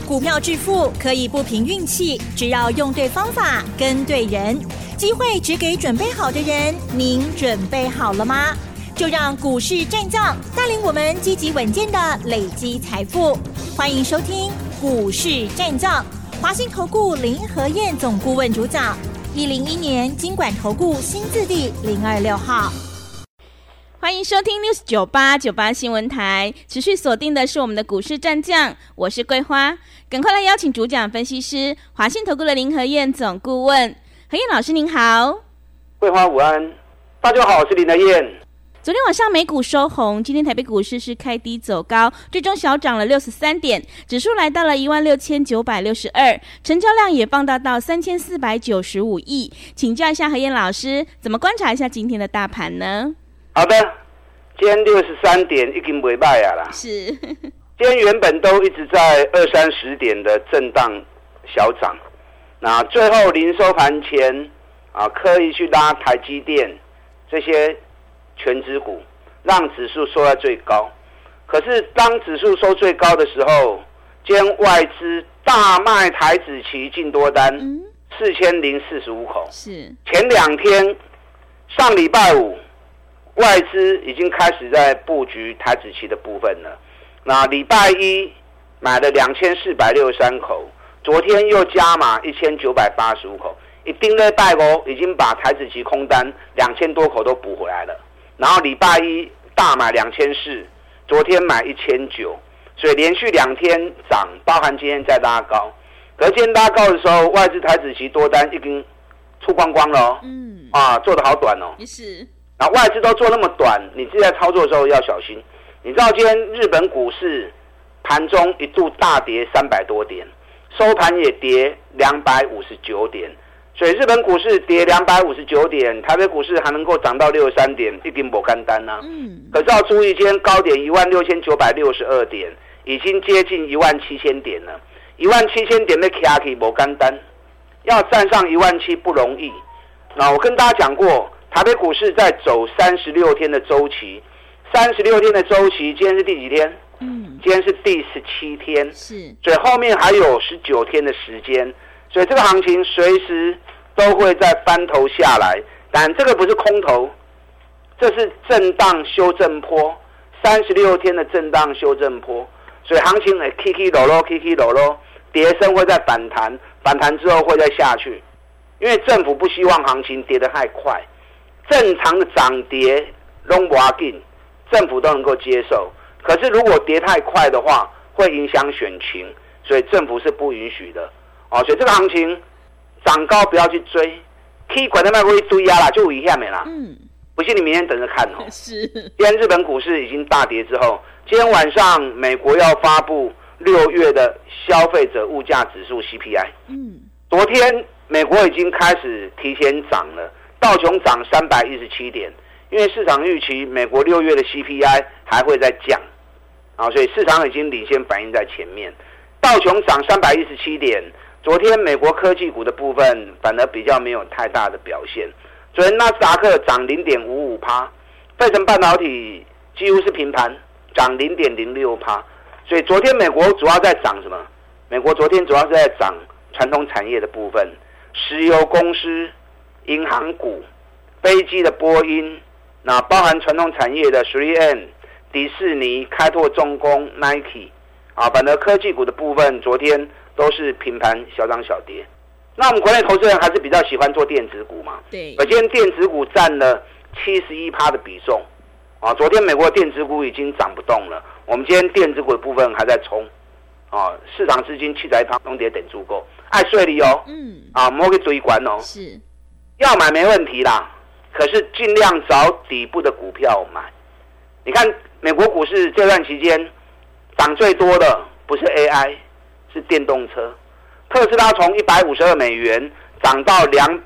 股票致富可以不凭运气，只要用对方法跟对人，机会只给准备好的人。您准备好了吗？就让股市战将带领我们积极稳健的累积财富。欢迎收听股市战将，华信投顾林和彥总顾问主讲，101年金管投顾新字第026号。 欢迎收听 News 98新闻台，持续锁定的是我们的股市战将，我是桂花，赶快来邀请主讲分析师华信投顾的林和彥总顾问。和彥老师您好。 桂花午安，大家好，我是林和彥。 昨天晚上美股收红，今天台北股市是开低走高，最终小涨了63点，指数来到了16962，成交量也放大到3495亿。请教一下和彥老师，怎么观察一下今天的大盘呢？ 好的，今天63点已经不错啦。 是， 今天原本都一直在20-30点的震荡小涨，那最后临收盘前刻意去拉台积电这些全指股，让指数收在最高。可是当指数收最高的时候，今天外资大卖台指期净多单4045口。 是， 前2天上礼拜五外资已经开始在布局台指期的部分了。那礼拜一买了2463口，昨天又加码1985口，一定礼拜五已经把台指期空单2000多口都补回来了。然后礼拜一大买2400，昨天买1900，所以连续2天涨，包含今天再拉高。可是今天拉高的时候，外资台指期多单已经出光光了做得好短哦。 也是。 那外资都做那么短，你自己在操作的时候要小心。你知道今天日本股市盘中一度大跌300多点，收盘也跌259点，所以日本股市跌259点，台北股市还能够涨到63点，一定不简单啊。可是要注意，今天高点16962点，已经接近17000点了。17000点的卡起不简单，要站上17000不容易。那我跟大家讲过，台北股市在走36天的周期，36天的周期，今天是第几天？今天是第17天， 是， 所以后面还有19天的时间，所以这个行情随时都会再翻头下来，但这个不是空头，这是震荡修正波，36天的震荡修正波，所以行情起起落落，起起落落，跌升会再反弹，反弹之后会再下去，因为政府不希望行情跌得太快。正常的涨跌都不要紧，政府都能够接受。可是如果跌太快的话，会影响选情，所以政府是不允许的。所以这个行情涨高不要去追，可以管他们会追啦，就危险的啦。不信你明天等着看哦。 是。 今天日本股市已经大跌之后，今天晚上美国要发布6月的消费者物价指数 CPI。昨天美国已经开始提前涨了。道琼涨317点，因为市场预期美国6月的 CPI 还会再降，所以市场已经领先反映在前面。道琼涨317点，昨天美国科技股的部分反而比较没有太大的表现。昨天纳斯达克涨 0.55%， 费城半导体几乎是平盘，涨 0.06%。所以昨天美国主要在涨什么？美国昨天主要是在涨传统产业的部分，石油公司、银行股、飞机的波音，那包含传统产业的 3M、迪士尼、开拓重工、Nike， 反而科技股的部分昨天都是平盘小涨小跌。那我们国内投资人还是比较喜欢做电子股嘛？ 对。 而今天电子股占了71%的比重，昨天美国电子股已经涨不动了，我们今天电子股的部分还在冲，市场资金七彩旁拢跌等足够，爱税里哦，莫去追关哦。 是。 要买没问题啦，可是尽量找底部的股票买。你看美国股市这段期间涨最多的不是 AI， 是电动车。特斯拉从152美元涨到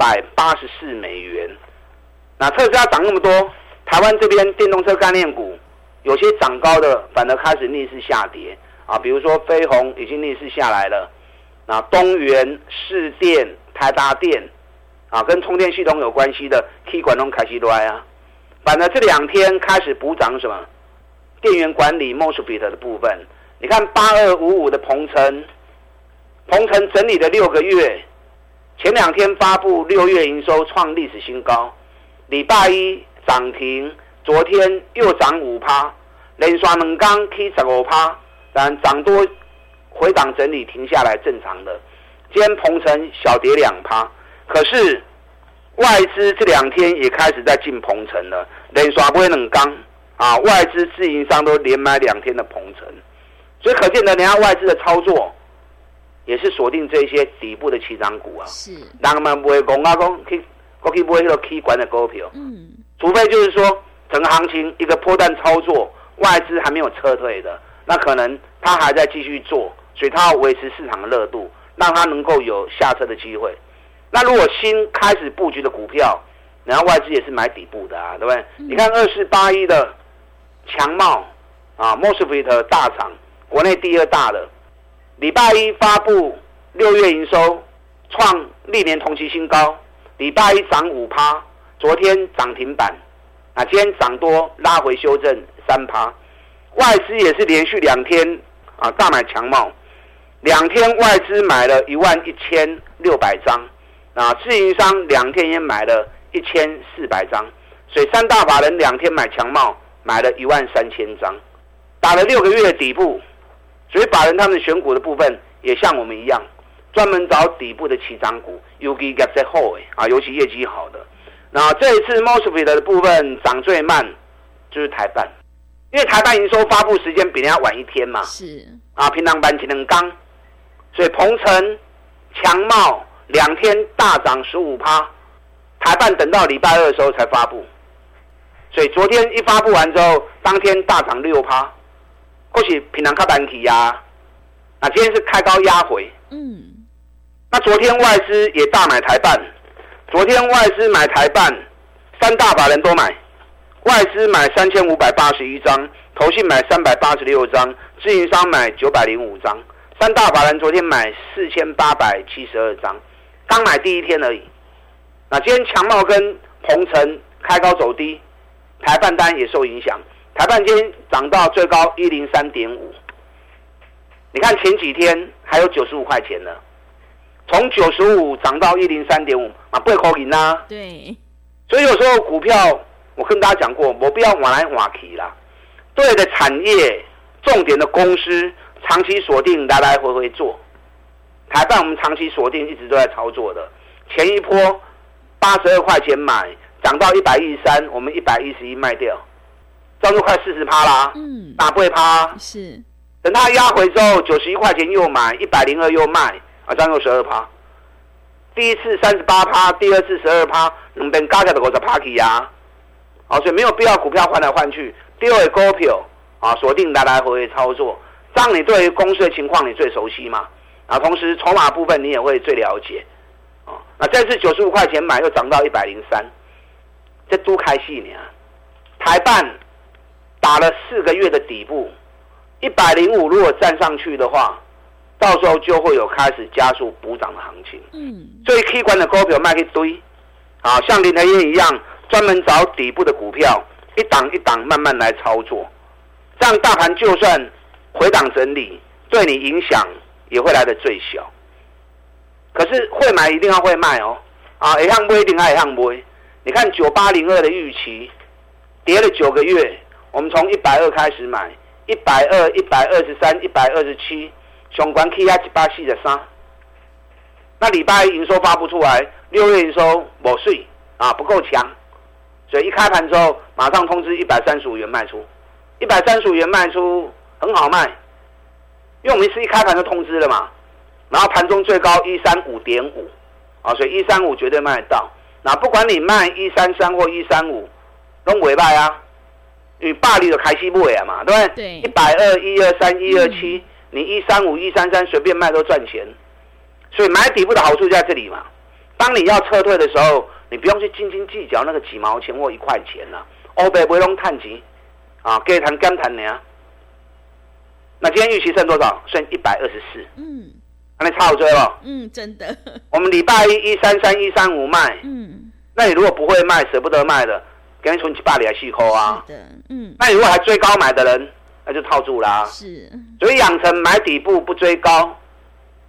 284美元。那特斯拉涨那么多，台湾这边电动车概念股有些涨高的反而开始逆势下跌比如说飞鸿已经逆势下来了，那东元、士电、台达电跟充电系统有关系的 K 管都开始来反而这2天开始补涨什么？电源管理 MOSFET 的部分。你看8255的鹏程鹏程整理的6个月，前2天发布6月营收创历史新高，礼拜一涨停，昨天又涨 5%， 连续2天起 15%， 但涨多回档整理停下来正常的。今天鹏程小跌 2%， 可是外资这2天也开始在进鹏程了，连续买2天啊，外资自营商都连买2天的鹏程，所以可见的人家外资的操作也是锁定这些底部的起涨股啊。 是， 人们不会讲啊，讲去买那个起管的股票，除非就是说整个行情一个波段操作，外资还没有撤退的，那可能他还在继续做，所以他要维持市场的热度，让他能够有下车的机会。那如果新开始布局的股票，然后外资也是买底部的啊，对不对？你看2481的强茂啊 ，MOSFET 大厂，国内第2大的，礼拜一发布6月营收创历年同期新高，礼拜一涨 5%， 昨天涨停板，啊，今天涨多拉回修正 3%， 外资也是连续2天啊大买强茂，2天外资买了11600张。那自营商2天也买了1400张，所以3大法人2天买强茂买了13000张，打了6个月的底部，所以法人他们选股的部分也像我们一样，专门找底部的起涨股，尤其业绩好的啊，尤其业绩好的。那这一次 MOSFET 的部分涨最慢就是台半，因为台半营收发布时间比人家晚1天嘛， 是啊，平常班2天，所以鹏程、强茂2天大涨 15%， 台半等到礼拜2的时候才发布，所以昨天一发布完之后，当天大涨 6%， 或许平常较慢起啊，那今天是开高压回，那昨天外资也大买台半，昨天外资买台半，3大法人都买，外资买3581张，投信买386张，自营商买905张，3大法人昨天买4872张。刚买第1天而已，那今天强茂跟鹏程开高走低，台半单也受影响。台半今天涨到最高 103.5， 你看前几天还有95块钱呢，从95涨到 103.5， 啊，8块钱啊。 对， 所以有时候股票我跟大家讲过，没必要换来换去啦，对的产业、重点的公司，长期锁定，来来回回做。台半我们长期锁定，一直都在操作的。前一波82块钱买，涨到113，我们111卖掉，这样就快40%啦。打8%。 是。 等它压回之后，91块钱又买，102又卖，啊，这样又12%。第一次38%，第二次12%，两边加起来就50%去啊。啊，所以没有必要股票换来换去，第二股票啊，锁定来来回回操作，这样你对于公司的情况你最熟悉嘛。啊，同时筹码部分你也会最了解，哦，那这次95块钱买又涨到103，这都开戏呢。台半打了4个月的底部，105如果站上去的话，到时候就会有开始加速补涨的行情。所以 K 管的股票卖一堆，啊，像林和燕一样，专门找底部的股票，一档一档慢慢来操作，这样大盘就算回档整理，对你影响也会来得最小，可是会买一定要会卖哦，啊，会项买一定要会项买。你看9802的预期跌了9个月，我们从120开始买，120、123、127，上关起啊143。那礼拜营收发布出来，6月营收没水啊，不够强，所以一开盘之后马上通知135元卖出，135元卖出很好卖。因为我们是一开盘就通知了嘛，然后盘中最高135.5，啊，所以135绝对卖得到。那不管你卖133或135，都不会卖啊，因为霸力就开始买啊嘛，对不对？对，120、123、127，你135、133随便卖都赚钱。所以买底部的好处在这里嘛。当你要撤退的时候，你不用去斤斤计较那个几毛钱或1块钱啦，欧北不会弄探钱啊，给谈干谈呢。那今天预期剩多少？剩124。那你差好追了。 真的。 我们礼拜一133、135卖。那你如果不会卖、舍不得卖的，给你存124块啊。是的。那你如果还追高买的人，那就套住啦。是。所以养成买底部不追高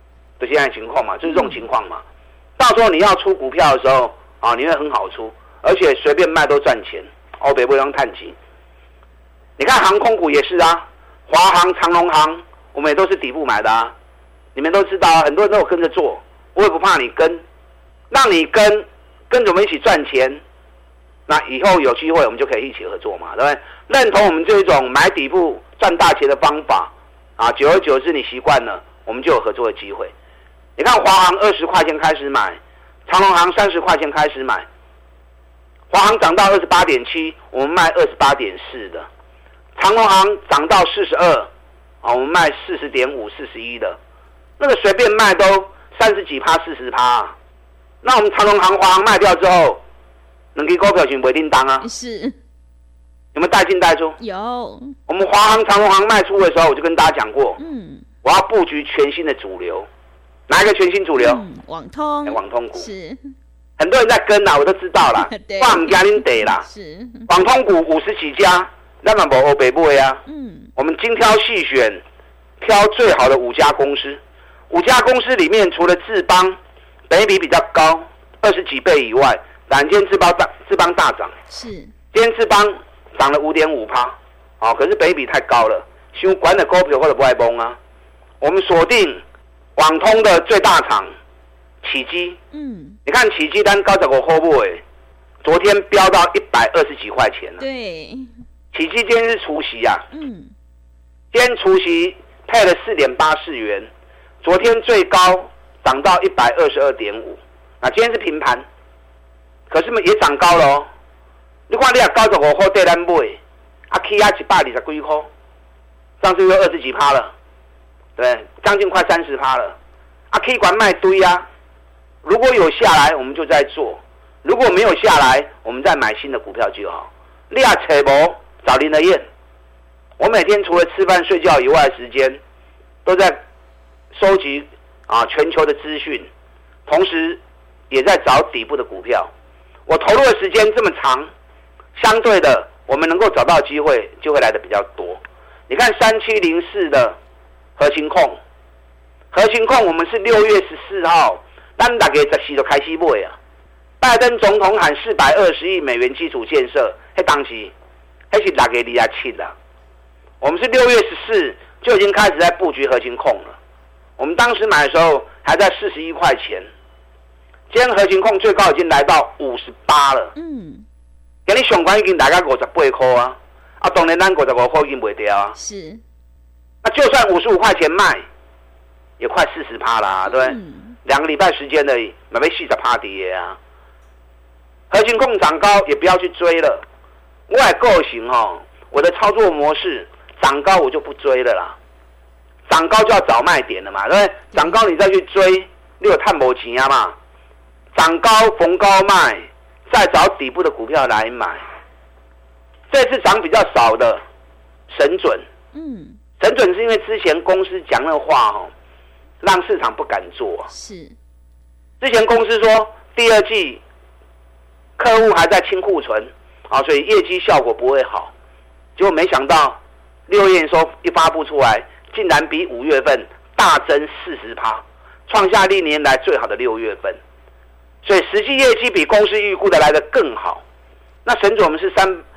就现在情况嘛，就是这种情况嘛。到时候你要出股票的时候啊，你会很好出，而且随便卖都赚钱，欧北不用探钱。你看航空股也是啊，华航、长荣航，我们也都是底部买的啊。你们都知道啊，很多人都有跟着做，我也不怕你跟，让你跟着我们一起赚钱。那以后有机会我们就可以一起合作嘛，对不对？认同我们这种买底部赚大钱的方法啊，久而久之你习惯了，我们就有合作的机会。你看华航20块钱开始买，长荣航30块钱开始买，华航涨到28.7，我们卖28.4的；长荣航涨到42，啊，我们卖40.5、41的，那个随便卖都30几%、40%啊。那我们长荣航、华航卖掉之后，两支股票是不一定当啊。 是， 有没有带进带出？ 有。 我们华航、长荣航卖出的时候，我就跟大家讲过，我要布局全新的主流。哪一个全新主流？ 网通， 网通股是， 很多人在跟啦，我都知道啦。我唔惊恁地啦。 是， 网通股50几家，那么无北部呀。我们精挑细选，挑最好的5家公司。5家公司里面，除了智邦，本益比比较高，20几倍以外，今天智邦大涨。 是， 今天智邦涨了5.5%，可是本益比太高了，想管的股票或者不爱崩啊。我们锁定网通的最大厂启基，你看启基单95块买，昨天飙到120几块钱了。 对， 启基今天是除息啊，今天除息配了4.84元，昨天最高涨到122.5，那今天是平盘，可是也涨高了哦。你看你啊95块对咱买，啊起啊120几块，上次又20几%了。对，将近快30%了，啊，可以管卖堆啊。如果有下来，我们就在做；如果没有下来，我们再买新的股票就好。你也找无找林德燕，我每天除了吃饭睡觉以外的时间，都在收集全球的资讯，同时也在找底部的股票。我投入的时间这么长，相对的，我们能够找到机会就会来的比较多。你看3704的核心控我们是6月14号，咱大概14就开始买啊。拜登总统喊420亿美元基础建设，当时那是6月27啊。我们是6月14就已经开始在布局核心控了。我们当时买的时候还在41块钱，今天核心控最高已经来到58了。今天上关已经大概58块啊，当然咱55块已经卖掉啊。 是。 那就算55块钱卖，也快40%啦，对不对？2个礼拜时间而已，没被40%跌啊。核心控涨高也不要去追了。我的个性我的操作模式，涨高我就不追了啦。涨高就要找卖点了嘛，对不对？涨高你再去追，你有赚没钱啊嘛？涨高逢高卖，再找底部的股票来买。这次涨比较少的神准，神准是因为之前公司讲那话让市场不敢做。 是， 之前公司说第二季客户还在清库存所以业绩效果不会好。结果没想到6月营收一发布出来，竟然比5月份大增40%，创下历年来最好的6月份。所以实际业绩比公司预估的来得更好。那神准我们是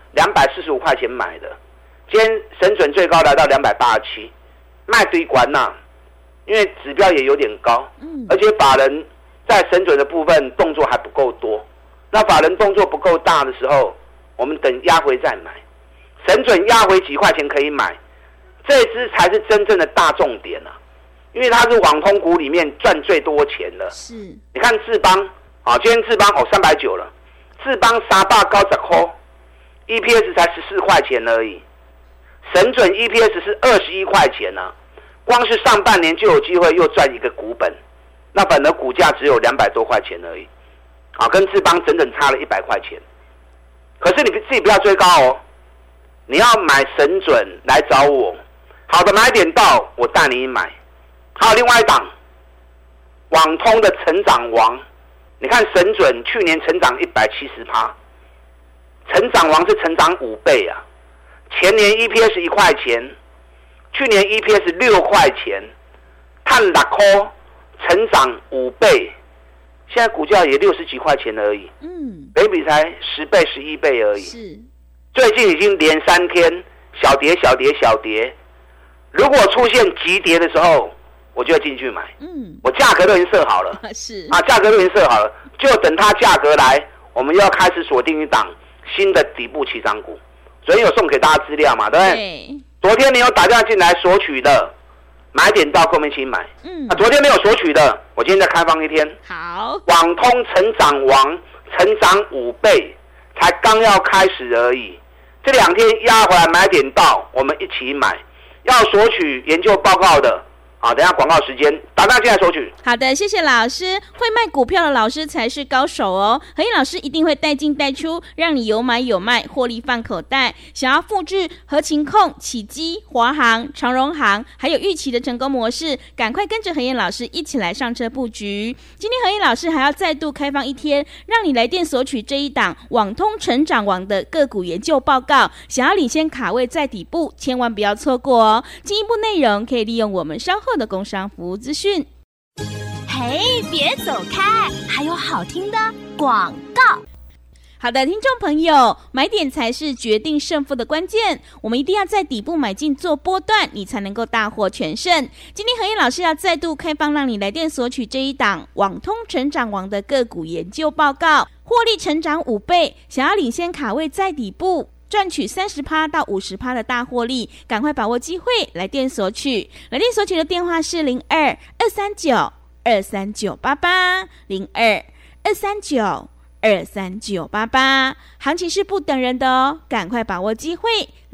245块钱买的。今天神准最高来到287，卖堆关呐，因为指标也有点高，而且法人在神准的部分动作还不够多。那法人动作不够大的时候，我们等压回再买。神准压回几块钱可以买，这支才是真正的大重点啊！因为它是网通股里面赚最多钱的。是，你看智邦今天智邦390了，智邦390块 ，EPS 才14块钱而已。神准 EPS 是21块钱啊，光是上半年就有机会又赚一个股本，那反而股价只有200多块钱而已，跟智邦整整差了100块钱。可是你自己不要追高哦，你要买神准来找我，好的买点到我带你买。还有另外一档网通的成长王，你看神准去年成长170%，成长王是成长5倍啊。前年 EPS 1块钱，去年 EPS 6块钱，赚6块， 成长5倍，现在股价也60几块钱而已，北比才10倍、11倍而已。 是， 最近已经连3天小跌、小跌、小跌。如果出现急跌的时候，我就要进去买。我价格都已经设好了， 是啊，价格都已经设好了，就等它价格来，我们要开始锁定一档新的底部起涨股。昨天有送给大家资料嘛，对不对？ 对。 昨天你有打电话进来索取的，买点到后面请买。昨天没有索取的，我今天再开放一天。 好， 网通成长王成长5倍，才刚要开始而已。这2天压回来买点到，我们一起买。要索取研究报告的，等一下广告时间，打电话进来索取。 好的，谢谢老师。会卖股票的老师才是高手哦。和晏老师一定会带进带出，让你有买有卖，获利放口袋。想要复制合勤控、启基、华航、长荣航还有预期的成功模式，赶快跟着和晏老师一起来上车布局。今天和晏老师还要再度开放一天，让你来电索取这一档网通成长王的个股研究报告。想要领先卡位在底部，千万不要错过哦。进一步内容可以利用我们稍后的工商服务资讯。 嘿，别走开，还有好听的广告。 好的，听众朋友，买点才是决定胜负的关键，我们一定要在底部买进做波段，你才能够大获全胜。今天和晏老师要再度开放，让你来电索取这一档网通成长王的个股研究报告，获利成长5倍，想要领先卡位在底部，赚取30%到50%的大获利，赶快把握机会，来电索取。来电索取的电话是02-239-23988，02-239-23988。行情是不等人的哦，赶快把握机会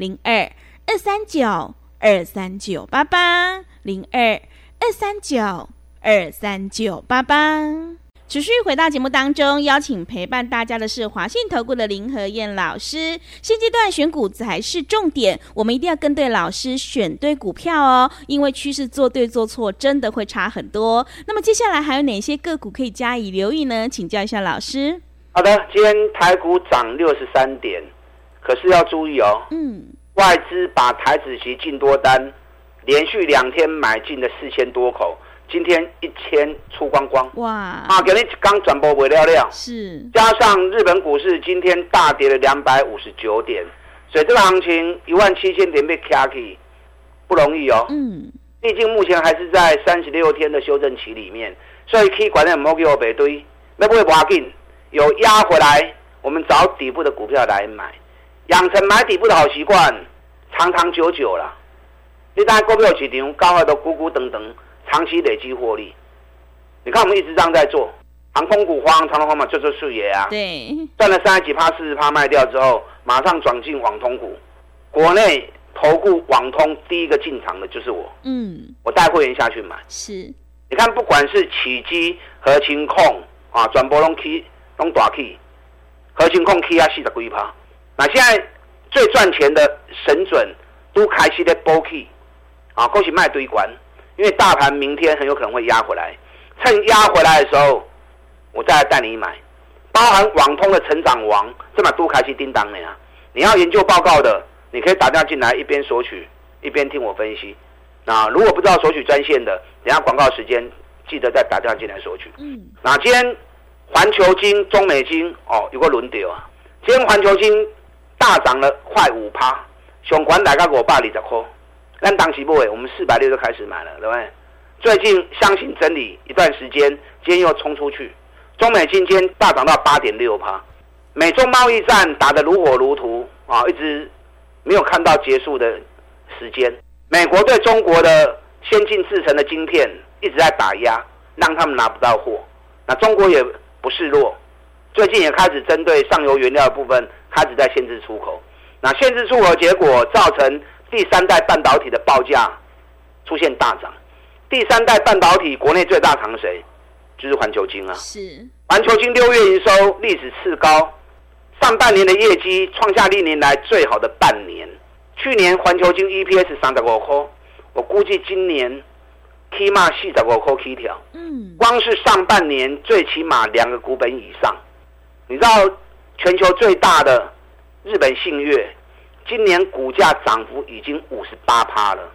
，02-239-23988，02-239-23988。持续回到节目当中，邀请陪伴大家的是华信投顾的林和晏老师。现阶段选股才是重点，我们一定要跟对老师，选对股票哦，因为趋势做对做错真的会差很多。那么接下来还有哪些个股可以加以留意呢？请教一下老师。 好的，今天台股涨63点，可是要注意哦，外资把台指期净多单连续2天买进了4000多口。今天1000出光光， 哇！ 给你刚转播不了了， 是加上日本股市今天大跌了259点，所以这个行情17000点被卡起不容易哦。毕竟目前还是在36天的修正期里面，所以可以管得莫给我背堆，要不会不要紧，有压回来，我们找底部的股票来买，养成买底部的好习惯，长长久久啦。你当股票市场高好都咕咕等等。长期累积获利，你看我们一直这样在做，航空股、华航、长荣、航马就做视野啊， 对， 赚了30几%、40%卖掉之后，马上转进网通股。国内投顾网通第一个进场的就是我，我带会员下去买。 是， 你看不管是起基、合勤控啊，转播拢起拢大起，合勤控起啊40几%。那现在最赚钱的神准都开始在补起啊，恭喜卖堆关。因为大盘明天很有可能会压回来，趁压回来的时候，我再来带你买，包含网通的成长王，这么都开始叮当的啊！你要研究报告的，你可以打电话进来，一边索取一边听我分析。那如果不知道索取专线的，等一下广告时间记得再打电话进来索取。那今天环球金、中美金有个轮流啊，今天环球金大涨了快5%，上管大概520块。但当时不我们460就开始买了，对不对？最近相信整理一段时间，今天又冲出去。中美金今天大涨到8.6%，美中贸易战打得如火如荼啊，一直没有看到结束的时间。美国对中国的先进制程的晶片一直在打压，让他们拿不到货。那中国也不示弱，最近也开始针对上游原料的部分开始在限制出口。那限制出口结果造成第3代半导体的报价出现大涨。第3代半导体国内最大厂谁？就是环球晶啊。是。环球晶6月营收历史次高，上半年的业绩创下历年来最好的半年。去年环球晶 EPS 35块，我估计今年起码45块起跳。光是上半年最起码2个股本以上。你知道全球最大的日本信越今年股价涨幅已经58%了。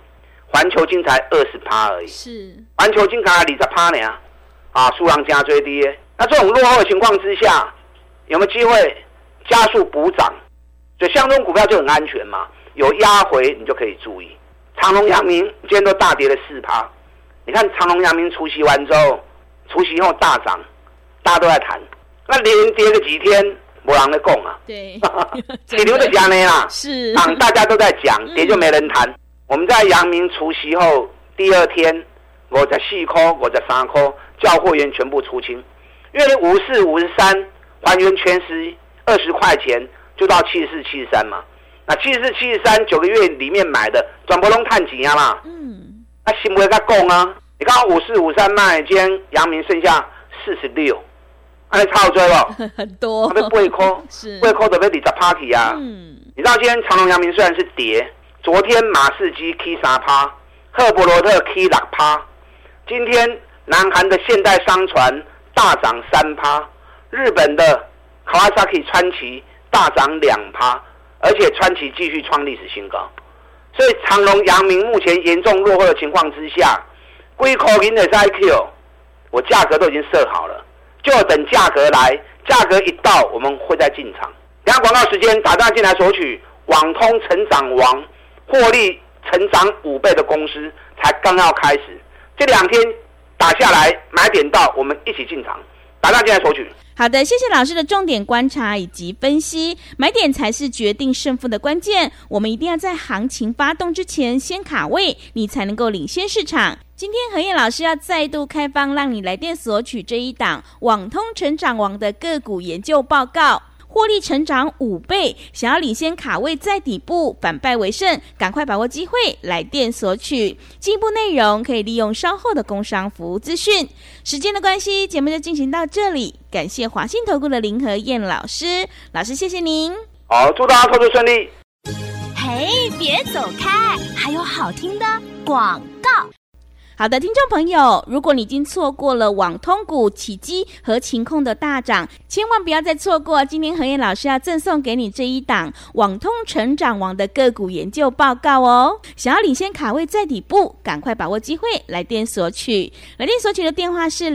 环球金才20%而已， 是环球金才20%呢，数量加最低。那这种落后的情况之下，有没有机会加速补涨？所以像这种股票就很安全嘛，有压回你就可以注意。长荣、阳明今天都大跌了4%，你看长荣、阳明除息完之后，除息后大涨，大家都在谈，那连跌个几天，没人在讲啊。 对， 起流的讲呢啦， 是涨大家都在讲，跌就没人谈。我们在阳明除息后第2天，54块、53块，叫会员全部出清，因为你54、53还原全时20块钱就到74、73嘛。那74、73 9个月里面买的，全部都赚钱啊嘛。那新不会再讲啊？你刚刚54、53卖，今天阳明剩下46，那你差好多了， 很多， 被8块， 是 8块都被20%啊。你知道今天长荣、阳明虽然是跌，昨天马士基 K 3%，赫伯罗特 K 6%，今天南韩的现代商船大涨3%，日本的 Kawasaki 川崎大涨2%，而且川崎继续创历史新高。所以长荣、阳明目前严重落后的情况之下，几块钱的 IQ， 我价格都已经设好了，就等价格来，价格一到我们会再进场。等下广告时间，打电话进来索取网通成长王获利成长5倍的公司才刚要开始，这2天打下来买点到，我们一起进场，打电话进来索取。 好的，谢谢老师的重点观察以及分析，买点才是决定胜负的关键，我们一定要在行情发动之前先卡位，你才能够领先市场。今天何燕老师要再度开放，让你来电索取这一档网通成长王的个股研究报告，获利成长5倍，想要领先卡位在底部，反败为胜，赶快把握机会，来电索取。进一步内容可以利用稍后的工商服务资讯。时间的关系，节目就进行到这里，感谢华信投顾的林和燕老师，老师谢谢您。 好，祝大家操作顺利。 嘿，别走开，还有好听的广告。 好的，听众朋友，如果你已经错过了网通股起基和勤控的大涨，千万不要再错过今天何燕老师要赠送给你这一档网通成长王的个股研究报告哦。想要领先卡位在底部，赶快把握机会，来电索取。来电索取的电话是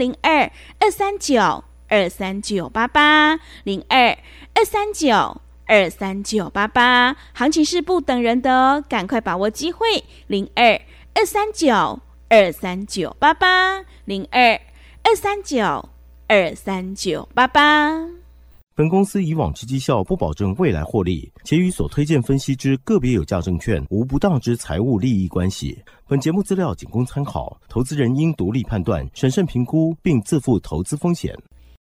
02-239-23988 02-239-23988，行情是不等人的哦，赶快把握机会。02-239-23988 02-239-23988。 本公司以往之绩效不保证未来获利，且与所推荐分析之个别有价证券无不当之财务利益关系。本节目资料仅供参考，投资人应独立判断、审慎评估，并自负投资风险。